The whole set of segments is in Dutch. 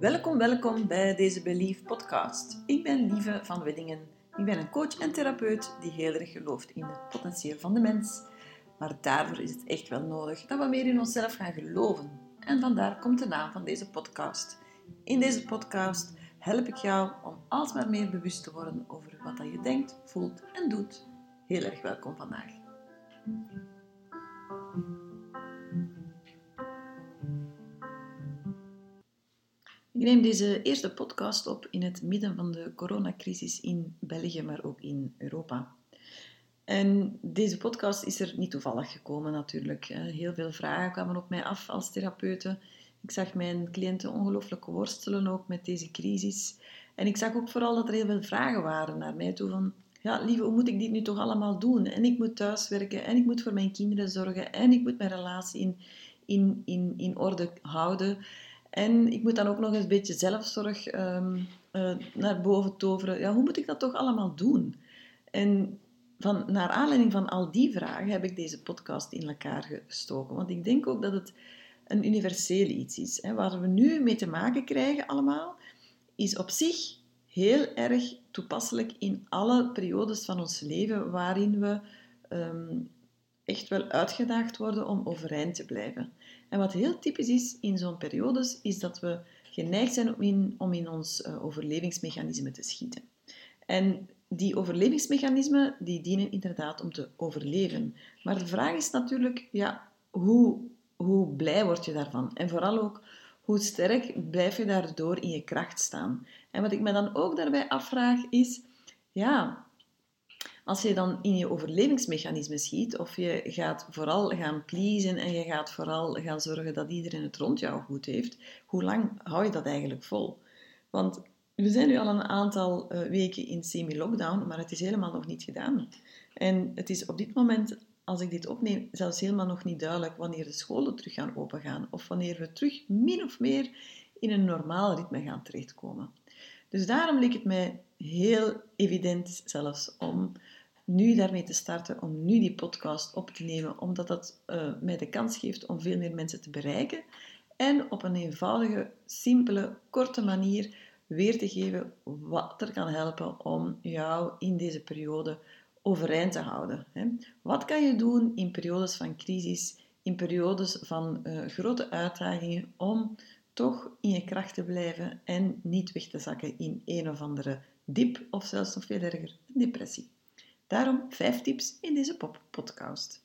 Welkom bij deze Believe podcast. Ik ben Lieve van Weddingen. Ik ben een coach en therapeut die heel erg gelooft in het potentieel van de mens. Maar daarvoor is het echt wel nodig dat we meer in onszelf gaan geloven. En vandaar komt de naam van deze podcast. In deze podcast help ik jou om alsmaar meer bewust te worden over wat je denkt, voelt en doet. Heel erg welkom vandaag. Ik neem deze eerste podcast op in het midden van de coronacrisis in België, maar ook in Europa. En deze podcast is er niet toevallig gekomen natuurlijk. Heel veel vragen kwamen op mij af als therapeute. Ik zag mijn cliënten ongelooflijk worstelen ook met deze crisis. En ik zag ook vooral dat er heel veel vragen waren naar mij toe van... Ja, lieve, hoe moet ik dit nu toch allemaal doen? En ik moet thuiswerken en ik moet voor mijn kinderen zorgen en ik moet mijn relatie in orde houden. En ik moet dan ook nog eens een beetje zelfzorg naar boven toveren. Ja, hoe moet ik dat toch allemaal doen? En naar aanleiding van al die vragen heb ik deze podcast in elkaar gestoken. Want ik denk ook dat het een universeel iets is. Waar we nu mee te maken krijgen allemaal, is op zich heel erg toepasselijk in alle periodes van ons leven waarin we echt wel uitgedaagd worden om overeind te blijven. En wat heel typisch is in zo'n periodes, is dat we geneigd zijn om in ons overlevingsmechanisme te schieten. En die overlevingsmechanismen die dienen inderdaad om te overleven. Maar de vraag is natuurlijk, ja, hoe blij word je daarvan? En vooral ook, hoe sterk blijf je daardoor in je kracht staan? En wat ik me dan ook daarbij afvraag is, ja, als je dan in je overlevingsmechanisme schiet, of je gaat vooral gaan pleasen en je gaat vooral gaan zorgen dat iedereen het rond jou goed heeft, hoe lang hou je dat eigenlijk vol? Want we zijn nu al een aantal weken in semi-lockdown, maar het is helemaal nog niet gedaan. En het is op dit moment, als ik dit opneem, zelfs helemaal nog niet duidelijk wanneer de scholen terug gaan opengaan of wanneer we terug min of meer in een normaal ritme gaan terechtkomen. Dus daarom leek het mij heel evident zelfs om nu daarmee te starten, om nu die podcast op te nemen, omdat dat mij de kans geeft om veel meer mensen te bereiken en op een eenvoudige, simpele, korte manier weer te geven wat er kan helpen om jou in deze periode overeind te houden. Wat kan je doen in periodes van crisis, in periodes van grote uitdagingen, om toch in je kracht te blijven en niet weg te zakken in een of andere dip of zelfs nog veel erger, een depressie. Daarom 5 tips in deze podcast.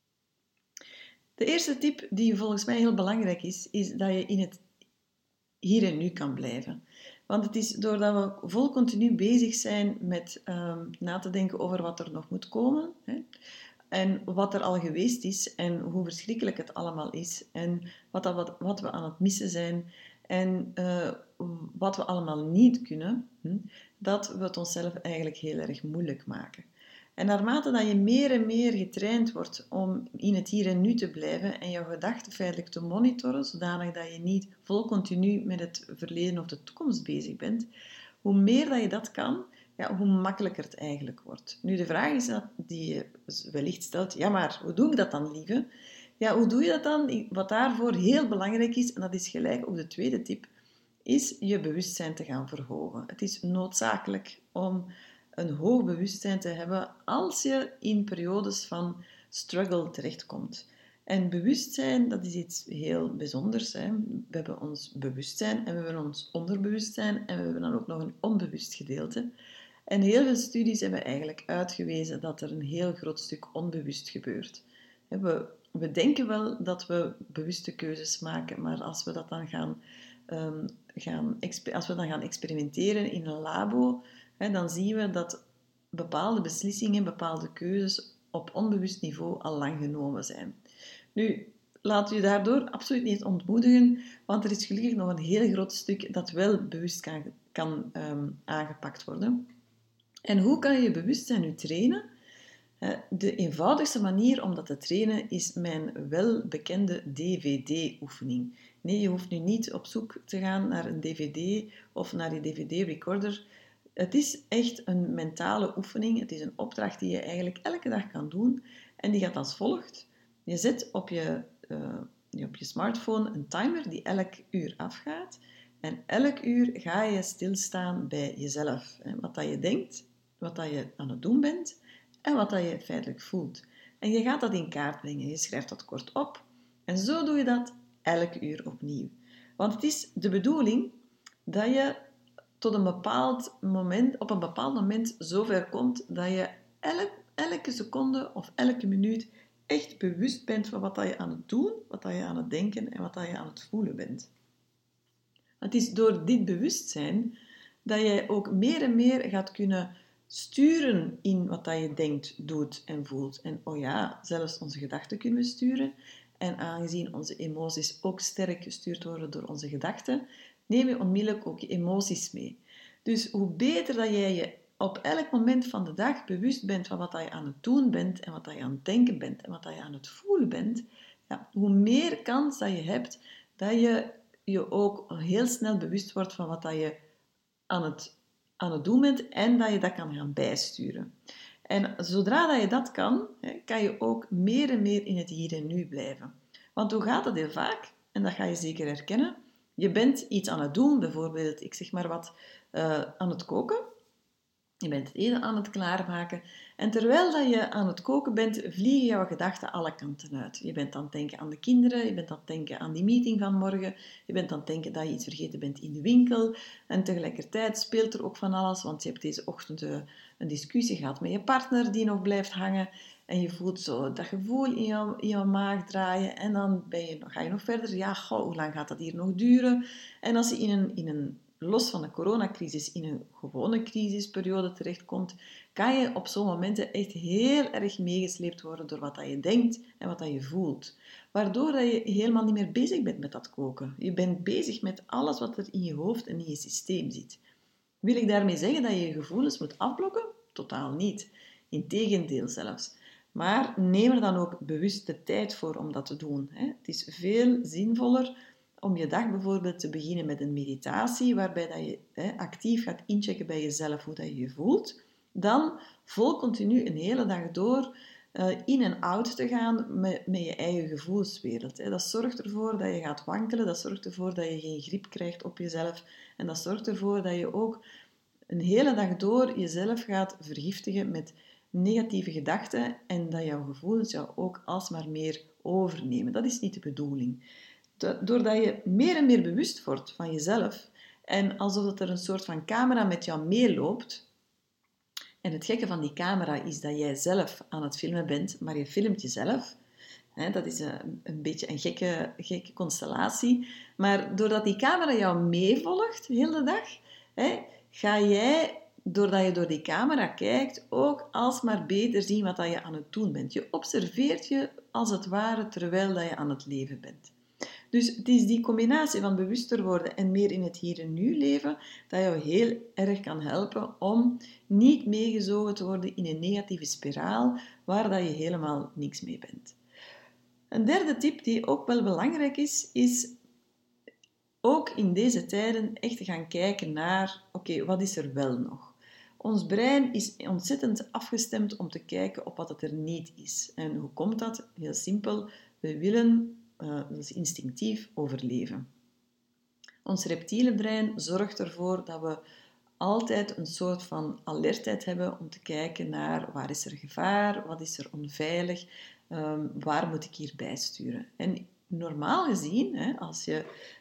De eerste tip die volgens mij heel belangrijk is dat je in het hier en nu kan blijven. Want het is doordat we vol continu bezig zijn met na te denken over wat er nog moet komen, en wat er al geweest is en hoe verschrikkelijk het allemaal is en wat we aan het missen zijn en wat we allemaal niet kunnen, dat we het onszelf eigenlijk heel erg moeilijk maken. En naarmate dat je meer en meer getraind wordt om in het hier en nu te blijven en jouw gedachten feitelijk te monitoren, zodanig dat je niet vol continu met het verleden of de toekomst bezig bent, hoe meer dat je dat kan, ja, hoe makkelijker het eigenlijk wordt. Nu, de vraag is die je wellicht stelt, ja, maar hoe doe ik dat dan, lieve? Ja, hoe doe je dat dan? Wat daarvoor heel belangrijk is, en dat is gelijk ook de tweede tip, is je bewustzijn te gaan verhogen. Het is noodzakelijk om een hoog bewustzijn te hebben als je in periodes van struggle terechtkomt. En bewustzijn, dat is iets heel bijzonders. We hebben ons bewustzijn en we hebben ons onderbewustzijn en we hebben dan ook nog een onbewust gedeelte. En heel veel studies hebben eigenlijk uitgewezen dat er een heel groot stuk onbewust gebeurt. We denken wel dat we bewuste keuzes maken, maar als we dat dan gaan experimenteren in een labo, dan zien we dat bepaalde beslissingen, bepaalde keuzes op onbewust niveau al lang genomen zijn. Nu, laat je daardoor absoluut niet ontmoedigen, want er is gelukkig nog een heel groot stuk dat wel bewust kan aangepakt worden. En hoe kan je je bewustzijn nu trainen? De eenvoudigste manier om dat te trainen is mijn welbekende DVD-oefening. Nee, je hoeft nu niet op zoek te gaan naar een DVD of naar die DVD-recorder. Het is echt een mentale oefening. Het is een opdracht die je eigenlijk elke dag kan doen. En die gaat als volgt. Je zet op je smartphone een timer die elk uur afgaat. En elk uur ga je stilstaan bij jezelf. Wat dat je denkt, wat dat je aan het doen bent en wat dat je feitelijk voelt. En je gaat dat in kaart brengen. Je schrijft dat kort op. En zo doe je dat elk uur opnieuw. Want het is de bedoeling dat je tot een bepaald moment, op een bepaald moment zover komt dat je elke seconde of elke minuut echt bewust bent van wat dat je aan het doen, wat dat je aan het denken en wat dat je aan het voelen bent. Het is door dit bewustzijn dat je ook meer en meer gaat kunnen sturen in wat dat je denkt, doet en voelt. En oh ja, zelfs onze gedachten kunnen we sturen. En aangezien onze emoties ook sterk gestuurd worden door onze gedachten, neem je onmiddellijk ook je emoties mee. Dus hoe beter dat jij je op elk moment van de dag bewust bent van wat dat je aan het doen bent en wat dat je aan het denken bent en wat dat je aan het voelen bent, ja, hoe meer kans dat je hebt dat je ook heel snel bewust wordt van wat dat je aan het doen bent en dat je dat kan gaan bijsturen. En zodra dat je dat kan, kan je ook meer en meer in het hier en nu blijven. Want hoe gaat het heel vaak? En dat ga je zeker herkennen. Je bent iets aan het doen, bijvoorbeeld, ik zeg maar wat, aan het koken. Je bent het eten aan het klaarmaken. En terwijl dat je aan het koken bent, vliegen jouw gedachten alle kanten uit. Je bent aan het denken aan de kinderen, je bent aan het denken aan die meeting van morgen, je bent aan het denken dat je iets vergeten bent in de winkel. En tegelijkertijd speelt er ook van alles, want je hebt deze ochtend een discussie gehad met je partner die nog blijft hangen. En je voelt zo dat gevoel in jouw maag draaien. En dan ga je nog verder. Ja, goh, hoe lang gaat dat hier nog duren? En als je in een los van de coronacrisis in een gewone crisisperiode terechtkomt, kan je op zo'n momenten echt heel erg meegesleept worden door wat dat je denkt en wat dat je voelt. Waardoor dat je helemaal niet meer bezig bent met dat koken. Je bent bezig met alles wat er in je hoofd en in je systeem zit. Wil ik daarmee zeggen dat je je gevoelens moet afblokken? Totaal niet. Integendeel zelfs. Maar neem er dan ook bewust de tijd voor om dat te doen. Het is veel zinvoller om je dag bijvoorbeeld te beginnen met een meditatie, waarbij dat je actief gaat inchecken bij jezelf hoe dat je je voelt, dan vol continu een hele dag door in en out te gaan met je eigen gevoelswereld. Dat zorgt ervoor dat je gaat wankelen, dat zorgt ervoor dat je geen grip krijgt op jezelf en dat zorgt ervoor dat je ook een hele dag door jezelf gaat vergiftigen met negatieve gedachten en dat jouw gevoelens jou ook alsmaar meer overnemen. Dat is niet de bedoeling. Doordat je meer en meer bewust wordt van jezelf en alsof er een soort van camera met jou meeloopt. En het gekke van die camera is dat jij zelf aan het filmen bent, maar je filmt jezelf. Dat is een beetje een gekke constellatie. Maar doordat die camera jou meevolgt de hele dag, ga jij, doordat je door die camera kijkt, ook alsmaar beter zien wat je aan het doen bent. Je observeert je als het ware terwijl dat je aan het leven bent. Dus het is die combinatie van bewuster worden en meer in het hier en nu leven dat jou heel erg kan helpen om niet meegezogen te worden in een negatieve spiraal waar dat je helemaal niks mee bent. Een derde tip die ook wel belangrijk is ook in deze tijden echt te gaan kijken naar, oké, wat is er wel nog? Ons brein is ontzettend afgestemd om te kijken op wat het er niet is. En hoe komt dat? Heel simpel. We willen, dat is instinctief, overleven. Ons reptiele brein zorgt ervoor dat we altijd een soort van alertheid hebben om te kijken naar waar is er gevaar, wat is er onveilig, waar moet ik hier bijsturen. En normaal gezien, als je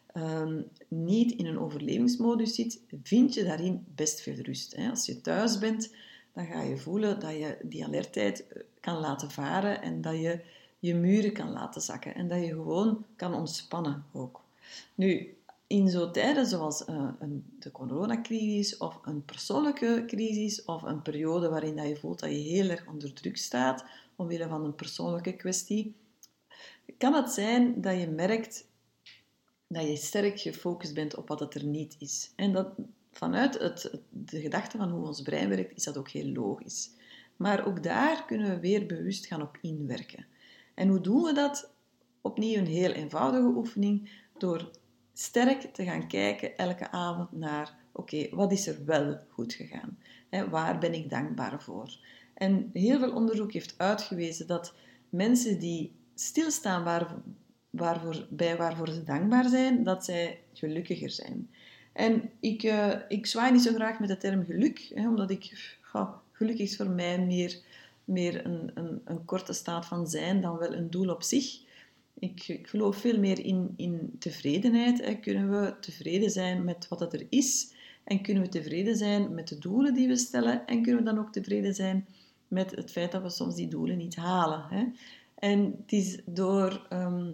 niet in een overlevingsmodus zit, vind je daarin best veel rust. Als je thuis bent, dan ga je voelen dat je die alertheid kan laten varen en dat je je muren kan laten zakken en dat je gewoon kan ontspannen ook. Nu, in zo'n tijden zoals de coronacrisis of een persoonlijke crisis of een periode waarin dat je voelt dat je heel erg onder druk staat omwille van een persoonlijke kwestie, kan het zijn dat je merkt dat je sterk gefocust bent op wat het er niet is. En dat, vanuit de gedachte van hoe ons brein werkt, is dat ook heel logisch. Maar ook daar kunnen we weer bewust gaan op inwerken. En hoe doen we dat? Opnieuw een heel eenvoudige oefening, door sterk te gaan kijken elke avond naar, oké, wat is er wel goed gegaan? Waar ben ik dankbaar voor? En heel veel onderzoek heeft uitgewezen dat mensen die stilstaan waarvoor ze dankbaar zijn, dat zij gelukkiger zijn. En ik zwaai niet zo graag met de term geluk, omdat geluk is voor mij meer een korte staat van zijn dan wel een doel op zich. Ik geloof veel meer in tevredenheid. Kunnen we tevreden zijn met wat er is? En kunnen we tevreden zijn met de doelen die we stellen? En kunnen we dan ook tevreden zijn met het feit dat we soms die doelen niet halen? En het is door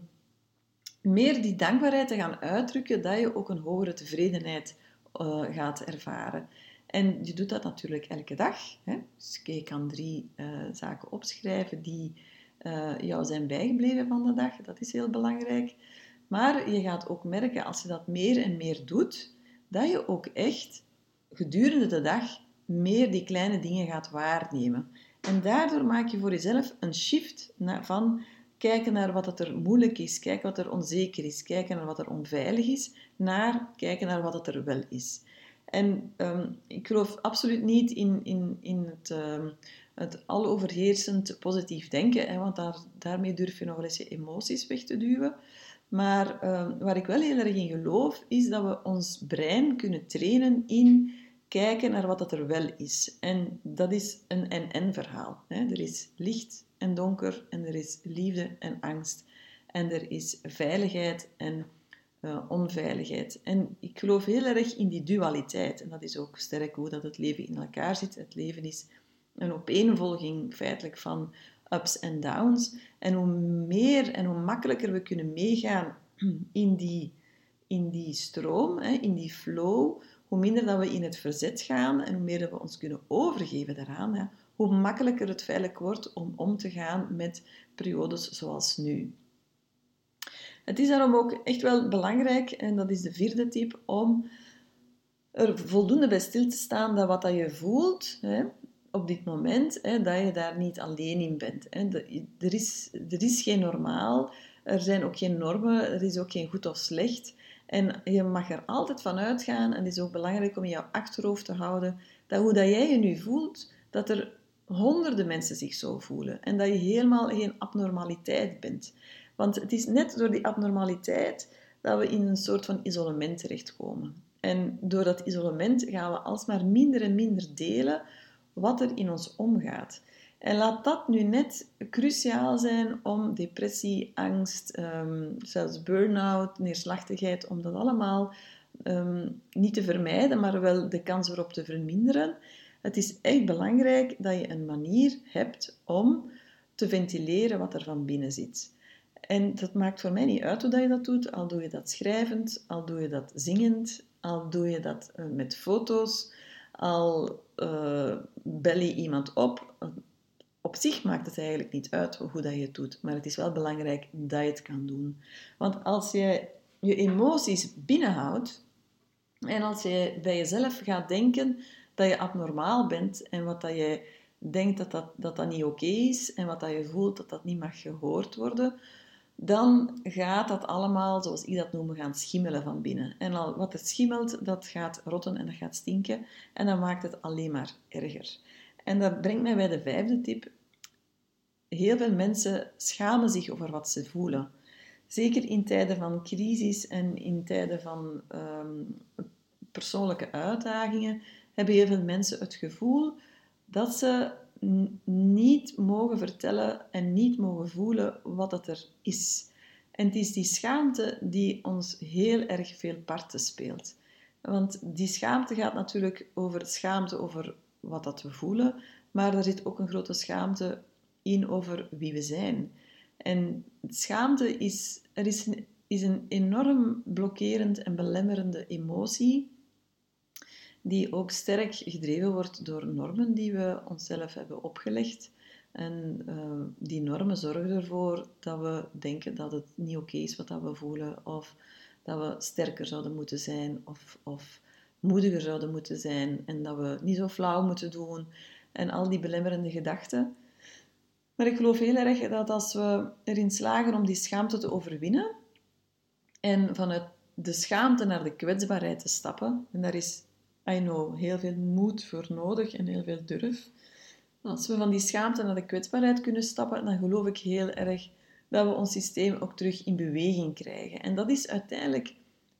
meer die dankbaarheid te gaan uitdrukken, dat je ook een hogere tevredenheid gaat ervaren. En je doet dat natuurlijk elke dag. Dus je kan 3 zaken opschrijven die jou zijn bijgebleven van de dag. Dat is heel belangrijk. Maar je gaat ook merken, als je dat meer en meer doet, dat je ook echt gedurende de dag meer die kleine dingen gaat waarnemen. En daardoor maak je voor jezelf een shift van kijken naar wat er moeilijk is, kijken wat er onzeker is, kijken naar wat er onveilig is, naar kijken naar wat er wel is. En ik geloof absoluut niet in het aloverheersend positief denken, want daarmee durf je nog eens je emoties weg te duwen. Maar waar ik wel heel erg in geloof, is dat we ons brein kunnen trainen in kijken naar wat er wel is. En dat is een en-en verhaal. Er is licht en donker, en er is liefde en angst. En er is veiligheid en onveiligheid. En ik geloof heel erg in die dualiteit. En dat is ook sterk hoe dat het leven in elkaar zit. Het leven is een opeenvolging feitelijk van ups en downs. En hoe meer en hoe makkelijker we kunnen meegaan in die stroom, in die flow, hoe minder dat we in het verzet gaan en hoe meer dat we ons kunnen overgeven daaraan, hoe makkelijker het feitelijk wordt om te gaan met periodes zoals nu. Het is daarom ook echt wel belangrijk, en dat is de 4e tip, om er voldoende bij stil te staan dat wat dat je voelt op dit moment, dat je daar niet alleen in bent. Er is geen normaal, er zijn ook geen normen, er is ook geen goed of slecht. En je mag er altijd van uitgaan, en het is ook belangrijk om in jouw achterhoofd te houden, dat hoe dat jij je nu voelt, dat er honderden mensen zich zo voelen. En dat je helemaal geen abnormaliteit bent. Want het is net door die abnormaliteit dat we in een soort van isolement terechtkomen. En door dat isolement gaan we alsmaar minder en minder delen wat er in ons omgaat. En laat dat nu net cruciaal zijn om depressie, angst, zelfs burn-out, neerslachtigheid, om dat allemaal niet te vermijden, maar wel de kans erop te verminderen. Het is echt belangrijk dat je een manier hebt om te ventileren wat er van binnen zit. En dat maakt voor mij niet uit hoe dat je dat doet, al doe je dat schrijvend, al doe je dat zingend, al doe je dat met foto's, al bel je iemand op. Op zich maakt het eigenlijk niet uit hoe dat je het doet, maar het is wel belangrijk dat je het kan doen. Want als je je emoties binnenhoudt en als je bij jezelf gaat denken dat je abnormaal bent en wat dat je denkt dat niet oké is en wat dat je voelt dat dat niet mag gehoord worden, dan gaat dat allemaal, zoals ik dat noem, gaan schimmelen van binnen. En wat er schimmelt, dat gaat rotten en dat gaat stinken. En dan maakt het alleen maar erger. En dat brengt mij bij de 5e tip. Heel veel mensen schamen zich over wat ze voelen. Zeker in tijden van crisis en in tijden van persoonlijke uitdagingen hebben heel veel mensen het gevoel dat ze niet mogen vertellen en niet mogen voelen wat het er is. En het is die schaamte die ons heel erg veel parten speelt. Want die schaamte gaat natuurlijk over schaamte over wat dat we voelen, maar er zit ook een grote schaamte in over wie we zijn. En schaamte is een enorm blokkerend en belemmerende emotie, die ook sterk gedreven wordt door normen die we onszelf hebben opgelegd. En die normen zorgen ervoor dat we denken dat het niet oké is wat dat we voelen, of dat we sterker zouden moeten zijn, of moediger zouden moeten zijn, en dat we niet zo flauw moeten doen, en al die belemmerende gedachten. Maar ik geloof heel erg dat als we erin slagen om die schaamte te overwinnen, en vanuit de schaamte naar de kwetsbaarheid te stappen, en daar is heel veel moed voor nodig en heel veel durf. Als we van die schaamte naar de kwetsbaarheid kunnen stappen, dan geloof ik heel erg dat we ons systeem ook terug in beweging krijgen. En dat is uiteindelijk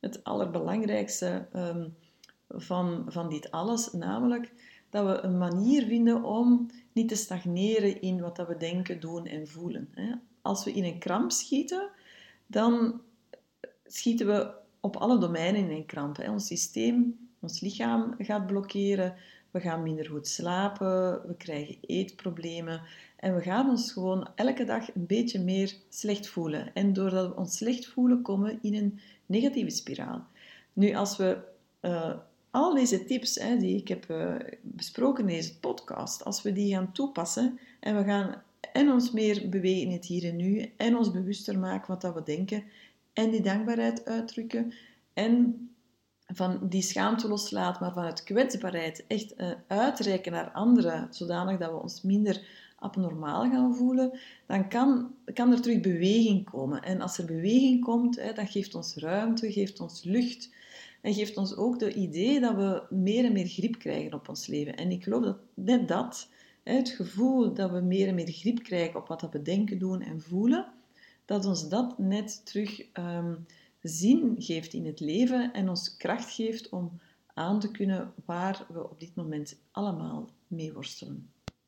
het allerbelangrijkste van dit alles, namelijk dat we een manier vinden om niet te stagneren in wat dat we denken, doen en voelen. Als we in een kramp schieten, dan schieten we op alle domeinen in een kramp. Ons systeem, ons lichaam gaat blokkeren, we gaan minder goed slapen, we krijgen eetproblemen en we gaan ons gewoon elke dag een beetje meer slecht voelen. En doordat we ons slecht voelen, komen we in een negatieve spiraal. Nu, als we al deze tips die ik heb besproken in deze podcast, als we die gaan toepassen en we gaan en ons meer bewegen in het hier en nu en ons bewuster maken wat dat we denken en die dankbaarheid uitdrukken en van die schaamte loslaten, maar vanuit kwetsbaarheid echt uitreiken naar anderen, zodanig dat we ons minder abnormaal gaan voelen, dan kan er terug beweging komen. En als er beweging komt, dat geeft ons ruimte, geeft ons lucht en geeft ons ook de idee dat we meer en meer grip krijgen op ons leven. En ik geloof dat net dat, het gevoel dat we meer en meer grip krijgen op wat we denken, doen en voelen, dat ons dat net terug zin geeft in het leven en ons kracht geeft om aan te kunnen waar we op dit moment allemaal mee worstelen.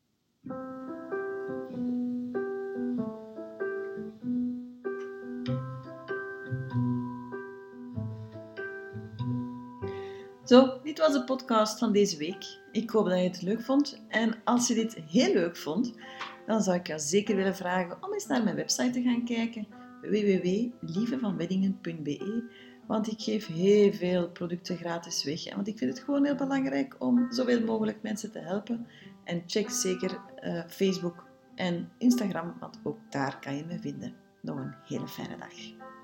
Zo, dit was de podcast van deze week. Ik hoop dat je het leuk vond. En als je dit heel leuk vond, dan zou ik jou zeker willen vragen om eens naar mijn website te gaan kijken. www.lievevanweddingen.be. Want ik geef heel veel producten gratis weg. Want ik vind het gewoon heel belangrijk om zoveel mogelijk mensen te helpen. En check zeker Facebook en Instagram, want ook daar kan je me vinden. Nog een hele fijne dag.